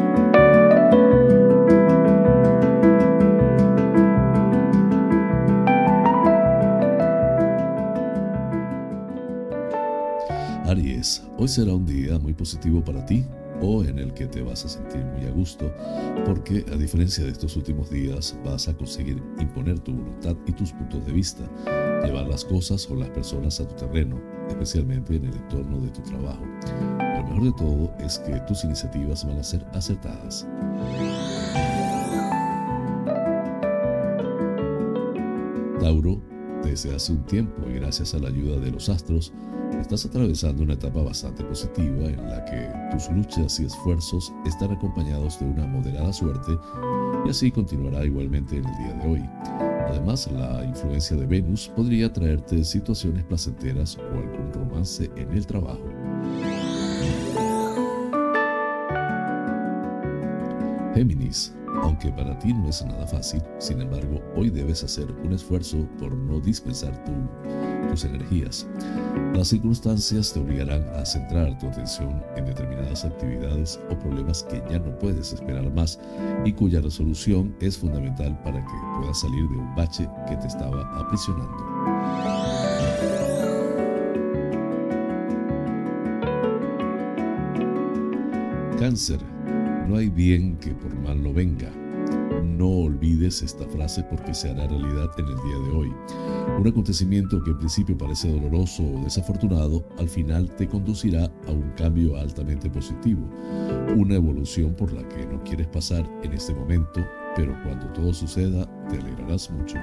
Aries, hoy será un día muy positivo para ti, o en el que te vas a sentir muy a gusto, porque a diferencia de estos últimos días vas a conseguir imponer tu voluntad y tus puntos de vista, llevar las cosas o las personas a tu terreno, especialmente en el entorno de tu trabajo. Lo mejor de todo es que tus iniciativas van a ser acertadas. Tauro, desde hace un tiempo y gracias a la ayuda de los astros, estás atravesando una etapa bastante positiva en la que tus luchas y esfuerzos están acompañados de una moderada suerte, y así continuará igualmente en el día de hoy. Además, la influencia de Venus podría traerte situaciones placenteras o algún romance en el trabajo. Géminis, aunque para ti no es nada fácil, sin embargo, hoy debes hacer un esfuerzo por no dispensar tu, tus energías. Las circunstancias te obligarán a centrar tu atención en determinadas actividades o problemas que ya no puedes esperar más y cuya resolución es fundamental para que puedas salir de un bache que te estaba aprisionando. Cáncer, no hay bien que por mal no venga. No olvides esta frase porque se hará realidad en el día de hoy. Un acontecimiento que en principio parece doloroso o desafortunado, al final te conducirá a un cambio altamente positivo, una evolución por la que no quieres pasar en este momento, pero cuando todo suceda te alegrarás mucho.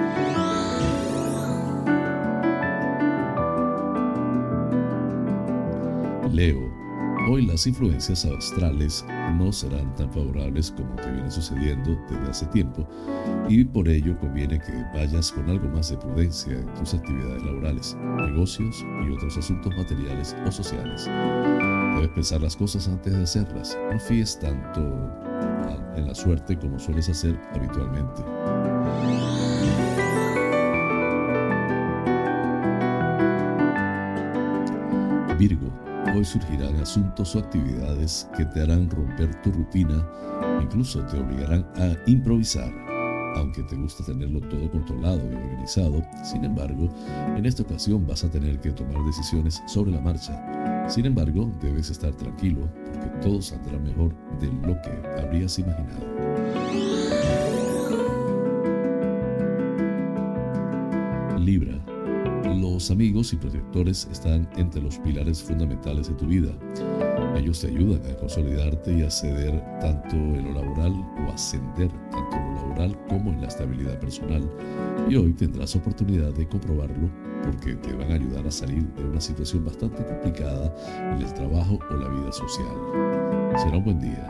Leo, hoy las influencias astrales no serán tan favorables como te viene sucediendo desde hace tiempo, y por ello conviene que vayas con algo más de prudencia en tus actividades laborales, negocios y otros asuntos materiales o sociales. Debes pensar las cosas antes de hacerlas. No fíes tanto en la suerte como sueles hacer habitualmente. Virgo, hoy surgirán asuntos o actividades que te harán romper tu rutina, incluso te obligarán a improvisar. Aunque te gusta tenerlo todo controlado y organizado, sin embargo, en esta ocasión vas a tener que tomar decisiones sobre la marcha. Sin embargo, debes estar tranquilo porque todo saldrá mejor de lo que habrías imaginado. Libra. Los amigos y protectores están entre los pilares fundamentales de tu vida. Ellos Ellos te ayudan a consolidarte y acceder tanto en lo laboral o ascender tanto en lo laboral como en la estabilidad personal. Y hoy tendrás oportunidad de comprobarlo porque te van a ayudar a salir de una situación bastante complicada en el trabajo o la vida social. Será un buen día.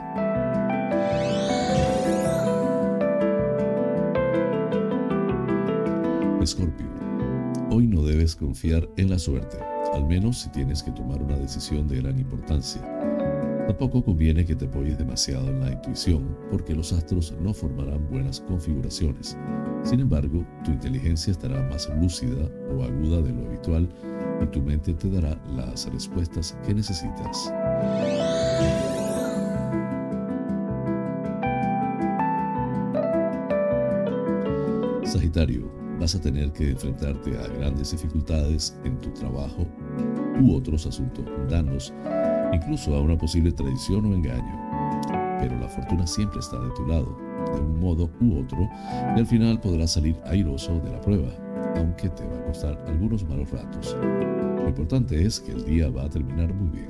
Escorpio, hoy no debes confiar en la suerte, al menos si tienes que tomar una decisión de gran importancia. Tampoco conviene que te apoyes demasiado en la intuición, porque los astros no formarán buenas configuraciones. Sin embargo, tu inteligencia estará más lúcida o aguda de lo habitual y tu mente te dará las respuestas que necesitas. Sagitario, vas a tener que enfrentarte a grandes dificultades en tu trabajo u otros asuntos mundanos, incluso a una posible traición o engaño. Pero la fortuna siempre está de tu lado, de un modo u otro, y al final podrás salir airoso de la prueba, aunque te va a costar algunos malos ratos. Lo importante es que el día va a terminar muy bien.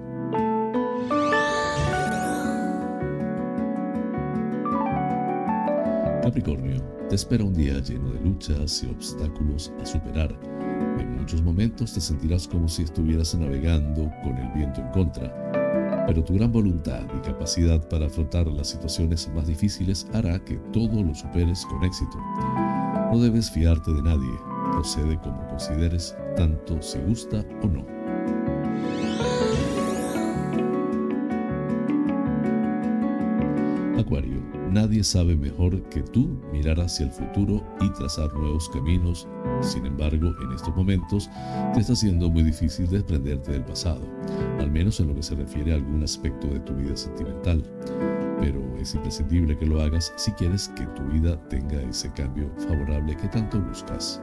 Capricornio, te espera un día lleno de luchas y obstáculos a superar. En muchos momentos te sentirás como si estuvieras navegando con el viento en contra, pero tu gran voluntad y capacidad para afrontar las situaciones más difíciles hará que todo lo superes con éxito. No debes fiarte de nadie, procede como consideres, tanto si gusta o no. Acuario, nadie sabe mejor que tú mirar hacia el futuro y trazar nuevos caminos. Sin embargo, en estos momentos te está siendo muy difícil desprenderte del pasado, al menos en lo que se refiere a algún aspecto de tu vida sentimental. Pero es imprescindible que lo hagas si quieres que tu vida tenga ese cambio favorable que tanto buscas.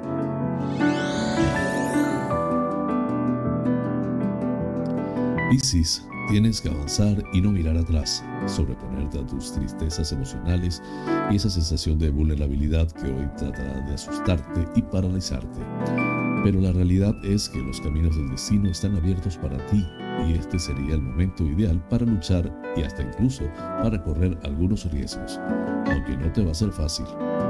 Piscis, tienes que avanzar y no mirar atrás, sobreponerte a tus tristezas emocionales y esa sensación de vulnerabilidad que hoy tratará de asustarte y paralizarte. Pero la realidad es que los caminos del destino están abiertos para ti y este sería el momento ideal para luchar y hasta incluso para correr algunos riesgos, aunque no te va a ser fácil.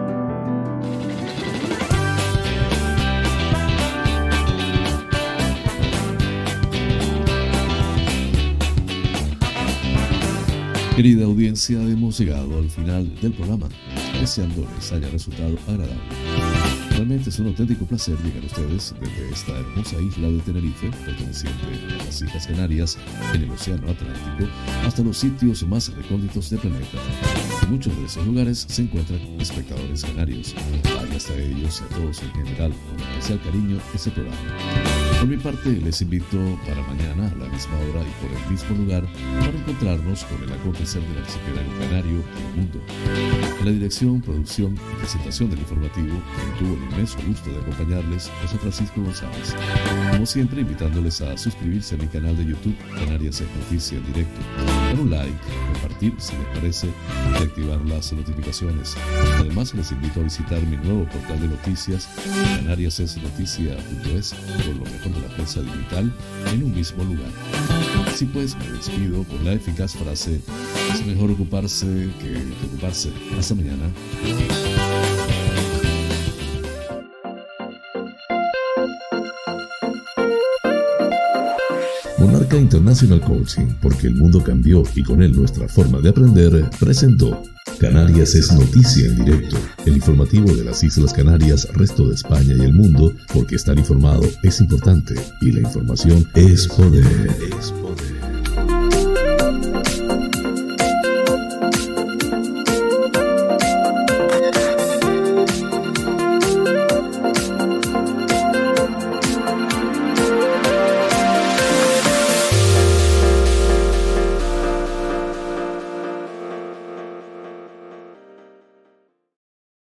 Querida audiencia, hemos llegado al final del programa, deseando les haya resultado agradable. Realmente es un auténtico placer llegar a ustedes desde esta hermosa isla de Tenerife, perteneciente a las Islas Canarias, en el Océano Atlántico, hasta los sitios más recónditos del planeta. En muchos de esos lugares se encuentran espectadores canarios. Vaya hasta ellos y a todos en general, con especial cariño, este programa. Por mi parte, les invito para mañana a la misma hora y por el mismo lugar para encontrarnos con el acontecer del archipiélago canario y el mundo. En la dirección, producción y presentación del informativo, quien tuvo el inmenso gusto de acompañarles, José Francisco González. Como siempre, invitándoles a suscribirse a mi canal de YouTube, Canarias es Noticia en Directo, dar un like, compartir si les parece y activar las notificaciones. Además, les invito a visitar mi nuevo portal de noticias, canarias es noticia punto es, con lo mejor de la prensa digital en un mismo lugar. Así pues, me despido con la eficaz frase: es mejor ocuparse que preocuparse. Hasta mañana. Monarca International Coaching, porque el mundo cambió y con él nuestra forma de aprender, presentó Canarias es Noticia en Directo, el informativo de las Islas Canarias, resto de España y el mundo, porque estar informado es importante y la información es poder. Es poder.